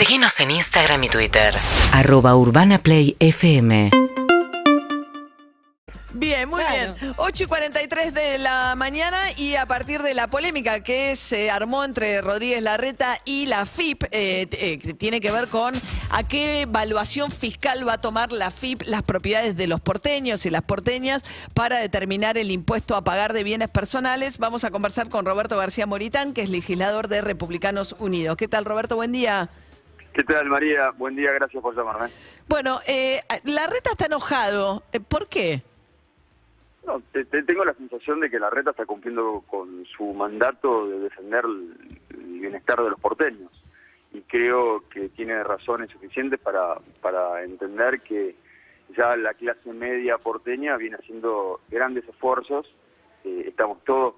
Seguinos en Instagram y Twitter. @urbanaplayfm. Bien, muy bien. 8:43 de la mañana y a partir de la polémica que se armó entre Rodríguez Larreta y la FIP, que tiene que ver con a qué evaluación fiscal va a tomar la FIP las propiedades de los porteños y las porteñas para determinar el impuesto a pagar de bienes personales. Vamos a conversar con Roberto García Moritán, que es legislador de Republicanos Unidos. ¿Qué tal, Roberto? Buen día. ¿Qué tal, María? Buen día, gracias por llamarme. Bueno, Larreta está enojado. ¿Por qué? No, tengo la sensación de que Larreta está cumpliendo con su mandato de defender el bienestar de los porteños. Y creo que tiene razones suficientes para entender que ya la clase media porteña viene haciendo grandes esfuerzos. Estamos todos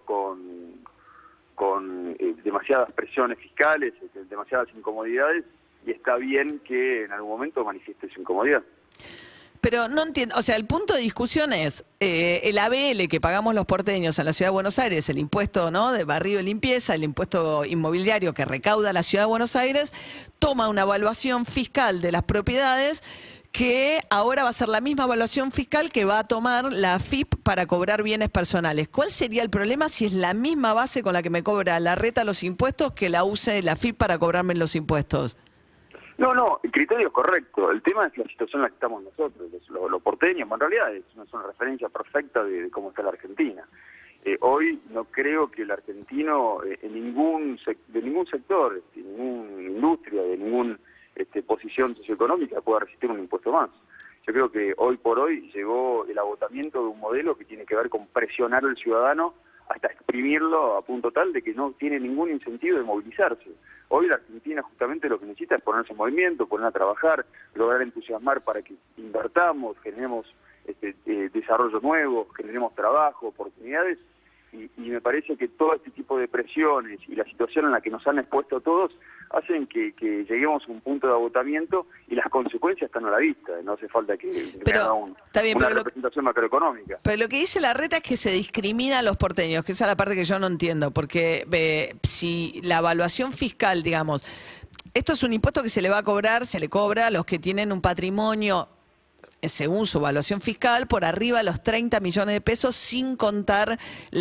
con demasiadas presiones fiscales, demasiadas incomodidades, y está bien que en algún momento manifieste su incomodidad. Pero no entiendo, o sea, el punto de discusión es el ABL que pagamos los porteños en la Ciudad de Buenos Aires, el impuesto, ¿no?, de barrido y limpieza, el impuesto inmobiliario que recauda la Ciudad de Buenos Aires, toma una evaluación fiscal de las propiedades que ahora va a ser la misma evaluación fiscal que va a tomar la FIP para cobrar bienes personales. ¿Cuál sería el problema si es la misma base con la que me cobra Larreta los impuestos que la use la FIP para cobrarme los impuestos? No, el criterio es correcto. El tema es la situación en la que estamos nosotros, los porteños. En realidad es una referencia perfecta de cómo está la Argentina. Hoy no creo que el argentino de ningún sector, de ninguna industria, de ninguna posición socioeconómica pueda resistir un impuesto más. Yo creo que hoy por hoy llegó el agotamiento de un modelo que tiene que ver con presionar al ciudadano hasta exprimirlo a punto tal de que no tiene ningún incentivo de movilizarse. Hoy la Argentina justamente lo que necesita es ponerse en movimiento, poner a trabajar, lograr entusiasmar para que invertamos, generemos desarrollo nuevo, generemos trabajo, oportunidades, y me parece que todo este tipo de presiones y la situación en la que nos han expuesto todos hacen que lleguemos a un punto de agotamiento, y las consecuencias están a la vista. No hace falta que me haga una representación macroeconómica. Pero lo que dice Larreta es que se discrimina a los porteños, que esa es la parte que yo no entiendo, porque si la evaluación fiscal, digamos, esto es un impuesto que se le va a cobrar, se le cobra a los que tienen un patrimonio, según su evaluación fiscal, por arriba de los 30 millones de pesos, sin contar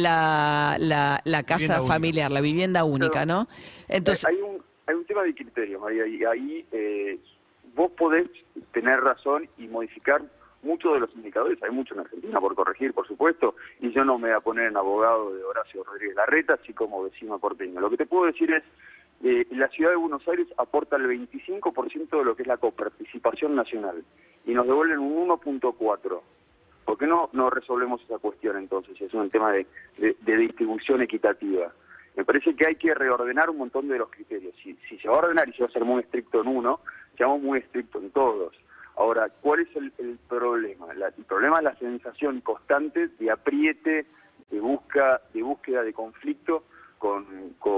la casa familiar, la vivienda única, ¿no? Entonces hay un tema de criterio, María, y ahí vos podés tener razón y modificar muchos de los indicadores. Hay mucho en Argentina por corregir, por supuesto, y yo no me voy a poner en abogado de Horacio Rodríguez Larreta, así como vecino porteño. Lo que te puedo decir es la Ciudad de Buenos Aires aporta el 25% de lo que es la coparticipación nacional y nos devuelven un 1.4%. ¿Por qué no resolvemos esa cuestión entonces? Es un tema de distribución equitativa. Me parece que hay que reordenar un montón de los criterios. Si se va a ordenar y se va a ser muy estricto en uno, seamos muy estrictos en todos. Ahora, ¿cuál es el problema? El problema es la sensación constante de apriete, de búsqueda de conflicto con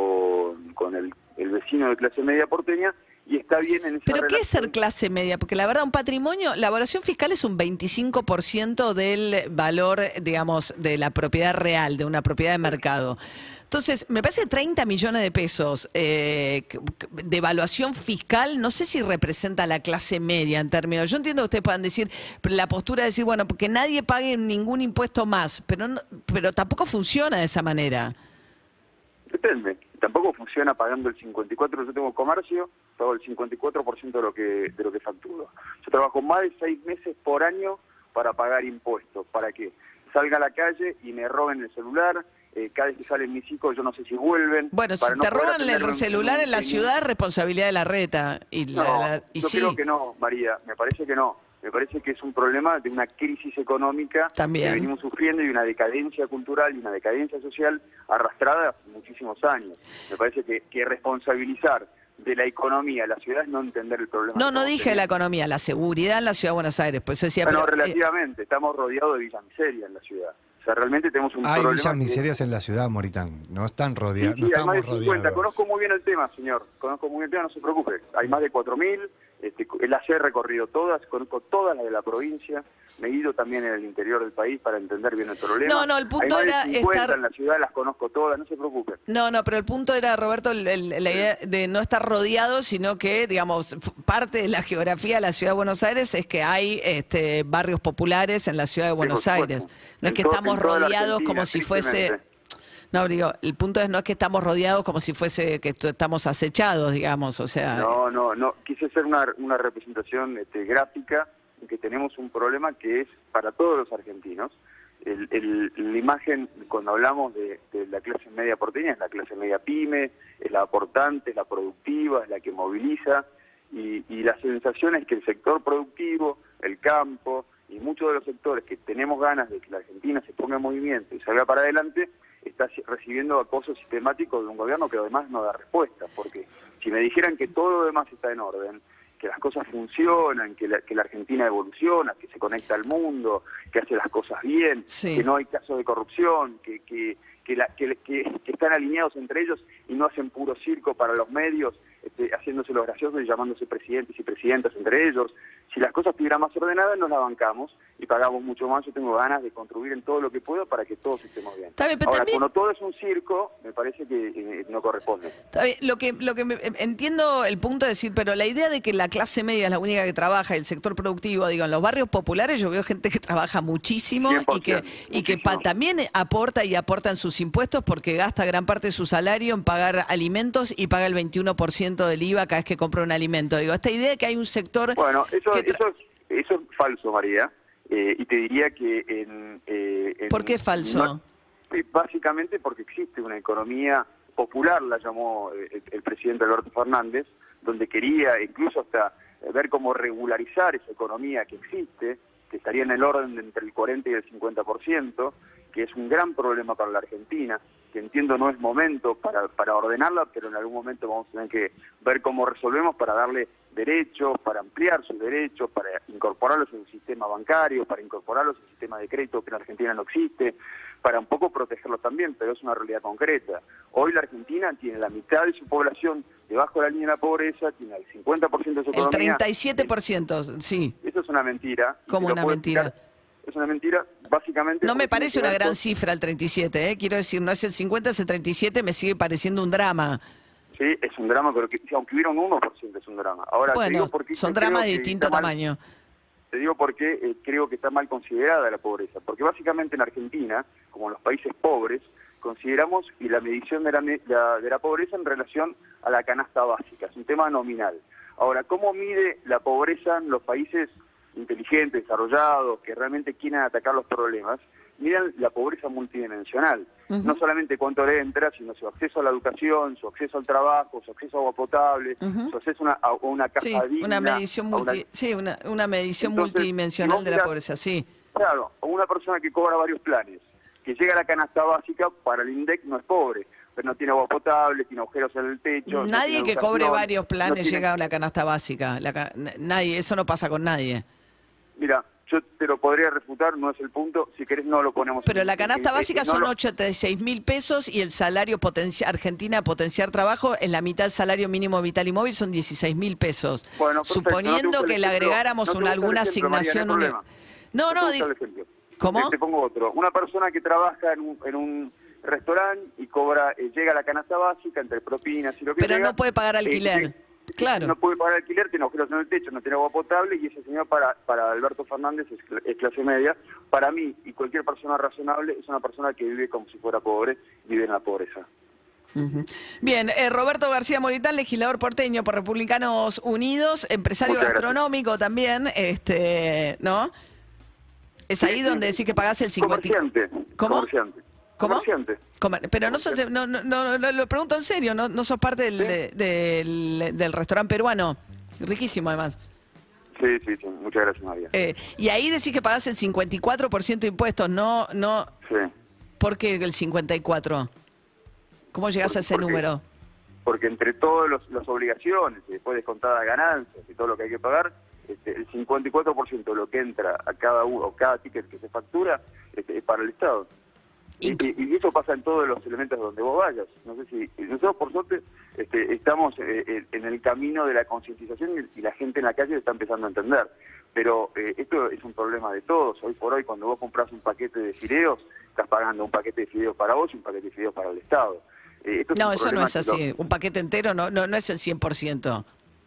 el vecino de clase media porteña, y está bien en esa ¿Pero relación. qué es ser clase media? Porque la verdad, un patrimonio, la evaluación fiscal es un 25% del valor, digamos, de la propiedad real, de una propiedad de mercado. Entonces, me parece 30 millones de pesos de evaluación fiscal, no sé si representa a la clase media en términos. Yo entiendo que ustedes puedan decir, la postura de decir, bueno, porque nadie pague ningún impuesto más, pero tampoco funciona de esa manera. Depende. Tampoco funciona pagando el 54%. Yo tengo comercio, pago el 54% de lo que facturo. Yo trabajo más de 6 meses por año para pagar impuestos. ¿Para qué? Salga a la calle y me roben el celular. Cada vez que salen mis hijos, yo no sé si vuelven. Bueno, si te roban el celular en la ciudad, es responsabilidad de Larreta. Yo creo que no, María. Me parece que no. Me parece que es un problema de una crisis económica también que venimos sufriendo, y una decadencia cultural y una decadencia social arrastrada hace muchísimos años. Me parece que responsabilizar de la economía a la ciudad es no entender el problema. No dije la economía, la seguridad en la Ciudad de Buenos Aires. Pues decía, bueno, relativamente, estamos rodeados de villa miseria en la ciudad. O sea, realmente tenemos un Hay problema. villas miserias en la ciudad, Moritán. No están rodeados. Sí, No sí, hay más de estamos 50. rodeados. Conozco muy bien el tema, señor. Conozco muy bien el tema, no se preocupe. Hay más de 4.000. Las he recorrido todas, conozco todas las de la provincia. Me he ido también en el interior del país para entender bien el problema. No, no, el punto hay era más de 50 estar... en la ciudad, las conozco todas, no se preocupe. No, no, pero el punto era, Roberto, la idea de no estar rodeado, sino que, digamos, parte de la geografía de la ciudad de Buenos Aires es que hay barrios populares en la ciudad de Buenos por supuesto. Aires. No es que En estamos toda la rodeados Argentina, como si fuese... tristemente. No, digo, el punto es no es que estamos rodeados como si fuese que estamos acechados, digamos, o sea... No. Quise hacer una representación gráfica en que tenemos un problema que es para todos los argentinos. La imagen, cuando hablamos de la clase media porteña, es la clase media pyme, es la aportante, es la productiva, es la que moviliza, y la sensación es que el sector productivo, el campo y muchos de los sectores que tenemos ganas de que la Argentina se ponga en movimiento y salga para adelante, está recibiendo acoso sistemático de un gobierno que además no da respuesta, porque si me dijeran que todo lo demás está en orden, que las cosas funcionan, que la Argentina evoluciona, que se conecta al mundo, que hace las cosas bien, Sí. que no hay casos de corrupción, que están alineados entre ellos y no hacen puro circo para los medios, haciéndose los graciosos y llamándose presidentes y presidentas entre ellos. Si las cosas estuvieran más ordenadas, nos la bancamos y pagamos mucho más. Yo tengo ganas de contribuir en todo lo que puedo para que todos estemos bien. Está bien, pero Ahora, también- cuando todo es un circo, me parece que no corresponde. Está bien, entiendo el punto de decir, pero la idea de que la clase media es la única que trabaja, el sector productivo, digo, en los barrios populares yo veo gente que trabaja muchísimo y que 100%, también aporta en sus impuestos porque gasta gran parte de su salario en pagar alimentos y paga el 21% del IVA cada vez que compra un alimento. Digo, esta idea de que hay un sector... Bueno, eso que es falso, María. Y te diría que ¿Por qué falso? Básicamente porque existe una economía popular, la llamó el presidente Alberto Fernández, donde quería incluso hasta ver cómo regularizar esa economía que existe, que estaría en el orden de entre el 40 y el 50%, que es un gran problema para la Argentina, que entiendo no es momento para ordenarla, pero en algún momento vamos a tener que ver cómo resolvemos para darle derechos, para ampliar sus derechos, para incorporarlos en el sistema bancario, para incorporarlos en el sistema de crédito que en Argentina no existe, para un poco protegerlos también, pero es una realidad concreta. Hoy la Argentina tiene la mitad de su población debajo de la línea de la pobreza, tiene el 50% de su El economía. 37%, sí. Eso es una mentira. ¿Cómo Te lo una puedo mentira? explicar. Es una mentira, básicamente... No me porque parece tiene una que ver gran con- cifra el 37, quiero decir, no es el 50, es el 37, me sigue pareciendo un drama. Sí, es un drama, pero aunque hubiera un 1% es un drama. Ahora, te Bueno, digo por qué son yo creo dramas de que distinto está mal- tamaño. Te digo por qué creo que está mal considerada la pobreza. Porque básicamente en Argentina, como en los países pobres, consideramos y la medición de la pobreza en relación a la canasta básica. Es un tema nominal. Ahora, ¿cómo mide la pobreza en los países inteligentes, desarrollados, que realmente quieren atacar los problemas? Miran la pobreza multidimensional. No solamente cuánto le entra, sino su acceso a la educación, su acceso al trabajo, su acceso a agua potable, su acceso a una casa Sí, digna. una medición, a una- una medición Entonces, multidimensional si vos de la mirás- pobreza, sí. Claro, a una persona que cobra varios planes, que llega a la canasta básica, para el INDEC no es pobre, pero no tiene agua potable, tiene agujeros en el techo. no Nadie tiene que cobre educación, varios planes no tiene- llega a la canasta básica. Nadie, eso no pasa con nadie. Mira, yo te lo podría refutar, no es el punto, si querés no lo ponemos. Pero la canasta básica no son lo- 86.000 pesos y el salario Argentina potenciar trabajo en la mitad del salario mínimo vital y móvil son 16.000 pesos. Bueno, perfecto, Suponiendo no te gusta que el le ejemplo, agregáramos no te gusta el alguna ejemplo, María, asignación... no hay problema. No, te no, gusta digo... el ejemplo. ¿Cómo? Te pongo otro. Una persona que trabaja en un restaurante y cobra, llega a la canasta básica entre propinas y lo que Pero llega, no puede pagar alquiler. Claro. No puede pagar alquiler, tiene agujeros en el techo, no tiene agua potable, y ese señor para Alberto Fernández es clase media. Para mí y cualquier persona razonable es una persona que vive como si fuera pobre, vive en la pobreza. Ujú. Bien, Roberto García Moritán, legislador porteño por Republicanos Unidos, empresario Muchas gracias. gastronómico también, ¿no? Es ahí Sí, donde sí. decís que pagás el 50. Comerciante. ¿Cómo? Comerciante. ¿Cómo? Comerciante. Pero no sos, no, lo pregunto en serio, no sos parte del restaurante peruano, riquísimo además. Sí, muchas gracias, María. Y ahí decís que pagás el 54% de impuestos, no, Sí. ¿por qué el 54%? ¿Cómo llegás a ese Porque- número? Porque entre todas las obligaciones y después descontadas ganancias y todo lo que hay que pagar, el 54% de lo que entra a cada uno, cada ticket que se factura, es para el Estado. Y eso pasa en todos los elementos donde vos vayas. No sé si nosotros, por suerte, estamos en el camino de la concientización y la gente en la calle está empezando a entender. Pero esto es un problema de todos. Hoy por hoy, cuando vos compras un paquete de fideos, estás pagando un paquete de fideos para vos y un paquete de fideos para el Estado. No, eso no es así. Un paquete entero no es el 100%.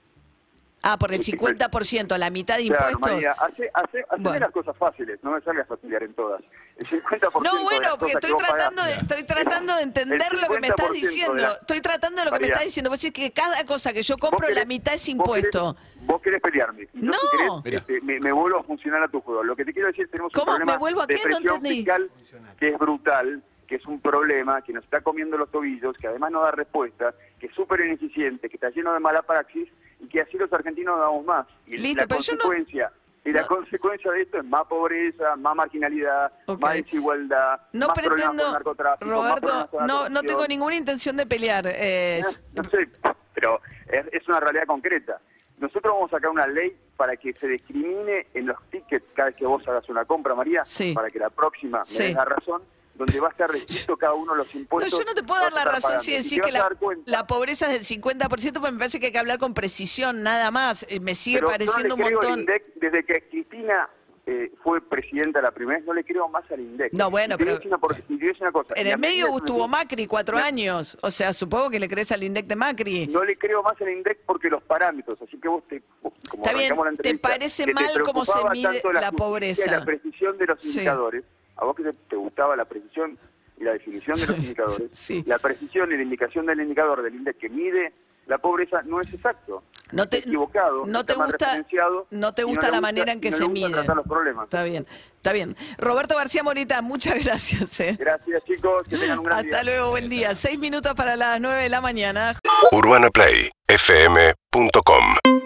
Ah, por el 50%, la mitad de Claro, impuestos. María, haceme las cosas fáciles, no me salgas a pelear en todas. El 50% No, de bueno, las porque cosas estoy que vos tratando, pagás, estoy tratando de entender lo que me estás 50% diciendo. de la- Estoy tratando de lo que me María, estás diciendo. Vos decís que cada cosa que yo vos compro, querés- la mitad es vos impuesto. Vos querés pelearme. Y yo, No. si querés, me vuelvo a funcionar a tu juego. Lo que te quiero decir, tenemos un ¿Cómo? problema ¿Me vuelvo a de qué? No presión entendí. fiscal que es brutal, que es un problema, que nos está comiendo los tobillos, que además no da respuesta, que es súper ineficiente, que está lleno de mala praxis y que así los argentinos damos más. Y Listo, la pero yo no- consecuencia... Y la consecuencia de esto es más pobreza, más marginalidad, Ok. más desigualdad, No más problemas pretendo, con narcotráfico, más Roberto, problemas con la no corrupción. tengo ninguna intención de pelear. No sé, pero es una realidad concreta. Nosotros vamos a sacar una ley para que se discrimine en los tickets cada vez que vos hagas una compra, María, Sí. para que la próxima Sí. me des la razón, donde va a estar descrito cada uno de los No, impuestos. yo no te puedo dar la razón si decís que la la pobreza es del 50%, porque me parece que hay que hablar con precisión, nada más. Me sigue Pero pareciendo yo no le un creo al montón. INDEC, desde que Cristina fue presidenta la primera vez, no le creo más al INDEC. No, bueno, Y te voy a pero- decir una cosa. En y a el medio medida que estuvo me- Macri 4 años. O sea, supongo que le crees al INDEC de Macri. No le creo más al INDEC porque los parámetros, así que como Está bien, arrancamos la ¿te entrevista, parece que te mal cómo se preocupaba mide tanto la justicia pobreza? y la precisión de los Sí. indicadores, a vos que te gustaba la precisión y la definición de los indicadores, Sí. la precisión y la indicación del indicador del INDEC que mide la pobreza no es exacto. No te, Está equivocado, no te está mal gusta, referenciado no te y gusta le la manera en que y no se le gusta mide. tratar los problemas. Está bien, está bien. Roberto García Morita, muchas gracias. Gracias, chicos, que tengan un gran día. Hasta luego, buen día. 6 minutos para las 9 de la mañana. UrbanaPlayFM.com